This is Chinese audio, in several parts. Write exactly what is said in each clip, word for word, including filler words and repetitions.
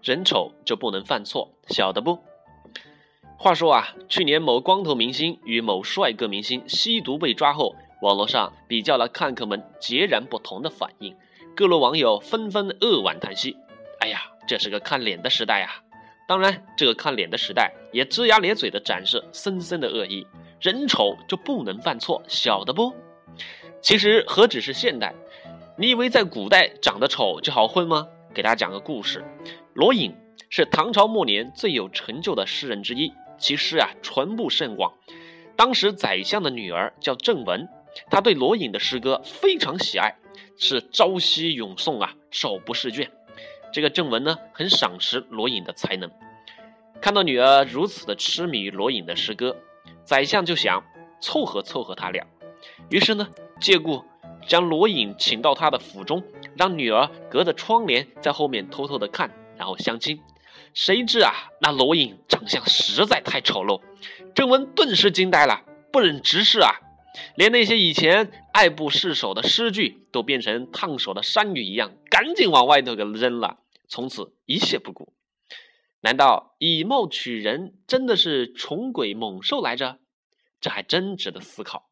人丑就不能犯错，晓得不？话说啊，去年某光头明星与某帅哥明星吸毒被抓后，网络上比较了看客们截然不同的反应，各路网友纷纷扼腕叹息。哎呀，这是个看脸的时代啊！当然，这个看脸的时代也龇牙咧嘴地展示深深的恶意，人丑就不能犯错，晓得不？其实何止是现代，你以为在古代长得丑就好混吗？给大家讲个故事。罗隐是唐朝末年最有成就的诗人之一，其诗啊传播甚广。当时宰相的女儿叫郑文，她对罗隐的诗歌非常喜爱，是朝夕咏诵啊，手不释卷。这个郑文呢，很赏识罗隐的才能。看到女儿如此的痴迷于罗隐的诗歌，宰相就想凑合凑合他俩，于是呢，借故将罗隐请到他的府中，让女儿隔着窗帘在后面偷偷的看，然后相亲。谁知啊，那罗隐长相实在太丑陋，郑文顿时惊呆了，不忍直视啊，连那些以前爱不释手的诗句都变成烫手的山芋一样，赶紧往外头给扔了，从此一谢不顾。难道以貌取人真的是穷鬼猛兽来着？这还真值得思考。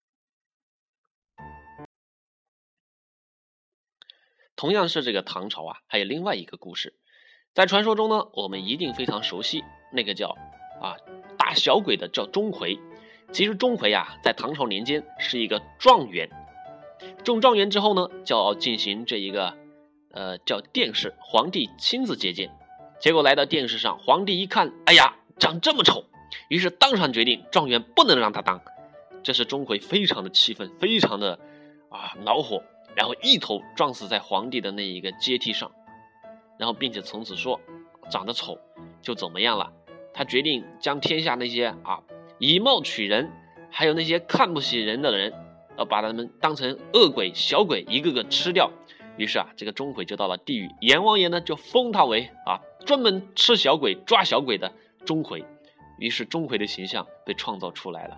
同样是这个唐朝啊，还有另外一个故事，在传说中呢，我们一定非常熟悉，那个叫啊打小鬼的叫钟馗。其实钟馗啊，在唐朝年间是一个状元，中状元之后呢，就要进行这一个呃叫殿试，皇帝亲自接见。结果来到殿试上，皇帝一看，哎呀，长这么丑，于是当场决定状元不能让他当。这是钟馗非常的气愤，非常的啊恼火，然后一头撞死在皇帝的那一个阶梯上，然后并且从此说长得丑就怎么样了。他决定将天下那些啊以貌取人，还有那些看不起人的人，要把他们当成恶鬼小鬼一个个吃掉。于是啊，这个钟馗就到了地狱，阎王爷呢就封他为啊专门吃小鬼抓小鬼的钟馗。于是钟馗的形象被创造出来了。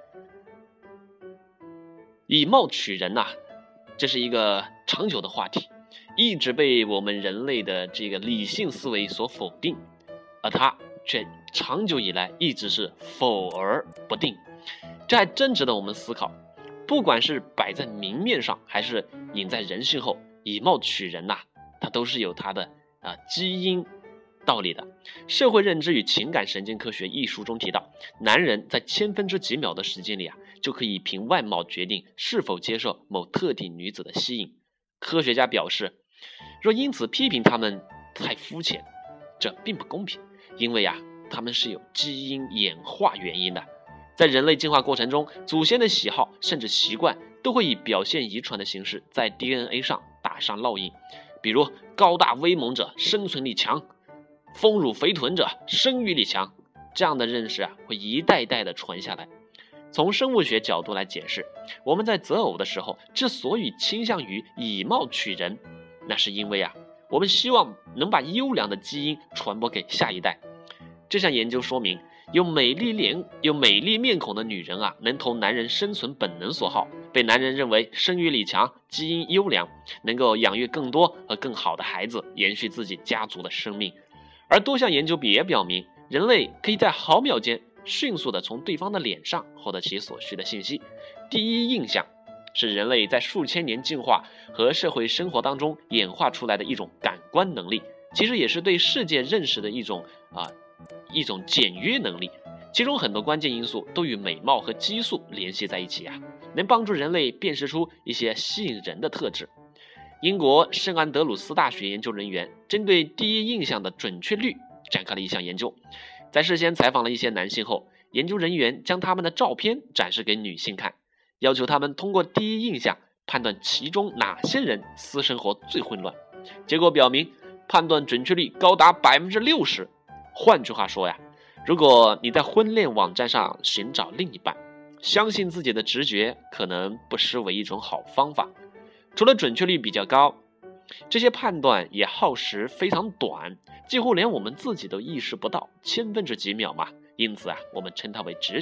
以貌取人啊，这是一个长久的话题，一直被我们人类的这个理性思维所否定，而它却长久以来一直是否而不定。这还真值得我们思考。不管是摆在明面上，还是隐在人性后，以貌取人呐、啊，它都是有它的啊基因道理的。社会认知与情感神经科学一书中提到，男人在千分之几秒的时间里啊，就可以凭外貌决定是否接受某特定女子的吸引。科学家表示，若因此批评他们太肤浅，这并不公平，因为啊，他们是有基因演化原因的。在人类进化过程中，祖先的喜好甚至习惯都会以表现遗传的形式在 D N A 上打上烙印。比如高大威猛者生存力强，丰乳肥臀者生育力强，这样的认识啊会一代代的传下来。从生物学角度来解释，我们在择偶的时候之所以倾向于以貌取人，那是因为啊我们希望能把优良的基因传播给下一代。这项研究说明，有美丽脸、有美丽面孔的女人啊，能投男人生存本能所好，被男人认为生育力强、基因优良，能够养育更多和更好的孩子，延续自己家族的生命。而多项研究也表明，人类可以在毫秒间迅速地从对方的脸上获得其所需的信息。第一印象是人类在数千年进化和社会生活当中演化出来的一种感官能力，其实也是对世界认识的一种啊。一种简约能力，其中很多关键因素都与美貌和激素联系在一起啊，能帮助人类辨识出一些吸引人的特质。英国圣安德鲁斯大学研究人员针对第一印象的准确率展开了一项研究，在事先采访了一些男性后，研究人员将他们的照片展示给女性看，要求他们通过第一印象判断其中哪些人私生活最混乱。结果表明，判断准确率高达 百分之六十。换句话说呀，如果你在婚恋网站上寻找另一半，相信自己的直觉可能不失为一种好方法。除了准确率比较高，这些判断也耗时非常短，几乎连我们自己都意识不到，千分之几秒嘛。因此啊，我们称它为直觉。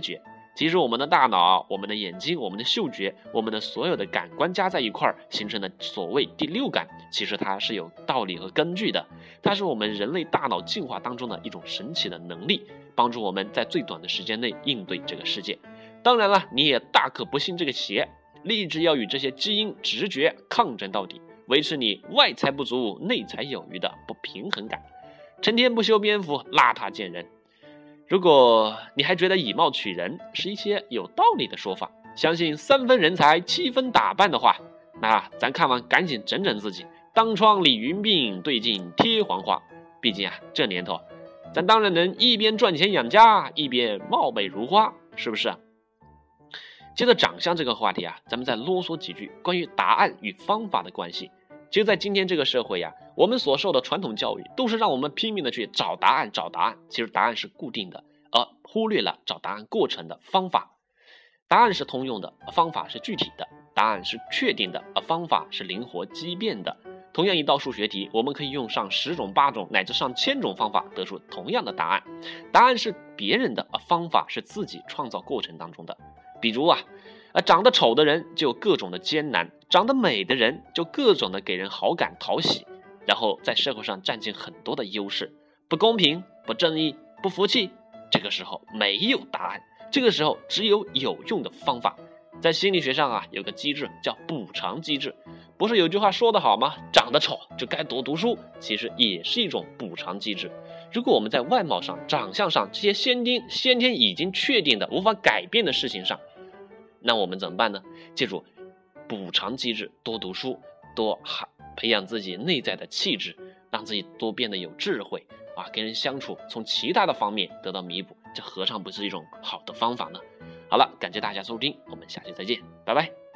其实我们的大脑、我们的眼睛、我们的嗅觉、我们的所有的感官加在一块儿形成的所谓第六感，其实它是有道理和根据的。它是我们人类大脑进化当中的一种神奇的能力，帮助我们在最短的时间内应对这个世界。当然了，你也大可不信这个邪，立志要与这些基因直觉抗争到底，维持你外财不足内财有余的不平衡感，成天不修边幅，邋遢见人。如果你还觉得以貌取人是一些有道理的说法，相信三分人才七分打扮的话，那咱看完赶紧整整自己，当窗理云鬓，对镜贴黄花。毕竟啊，这年头咱当然能一边赚钱养家，一边貌美如花，是不是啊？接着长相这个话题啊，咱们再啰嗦几句关于答案与方法的关系。其实在今天这个社会呀、啊，我们所受的传统教育都是让我们拼命的去找答案找答案，其实答案是固定的，而忽略了找答案过程的方法。答案是通用的，方法是具体的；答案是确定的，而方法是灵活机变的。同样一道数学题，我们可以用上十种八种乃至上千种方法得出同样的答案。答案是别人的，而方法是自己创造过程当中的。比如啊呃，长得丑的人就有各种的艰难，长得美的人就各种的给人好感讨喜，然后在社会上占尽很多的优势。不公平、不正义、不服气，这个时候没有答案，这个时候只有有用的方法。在心理学上啊，有个机制叫补偿机制。不是有句话说得好吗？长得丑就该多读书，其实也是一种补偿机制。如果我们在外貌上、长相上这些先天先天已经确定的无法改变的事情上，那我们怎么办呢？记住补偿机制，多读书，多培养自己内在的气质，让自己多变得有智慧啊，跟人相处从其他的方面得到弥补，这何尝不是一种好的方法呢？好了，感谢大家收听，我们下期再见，拜拜。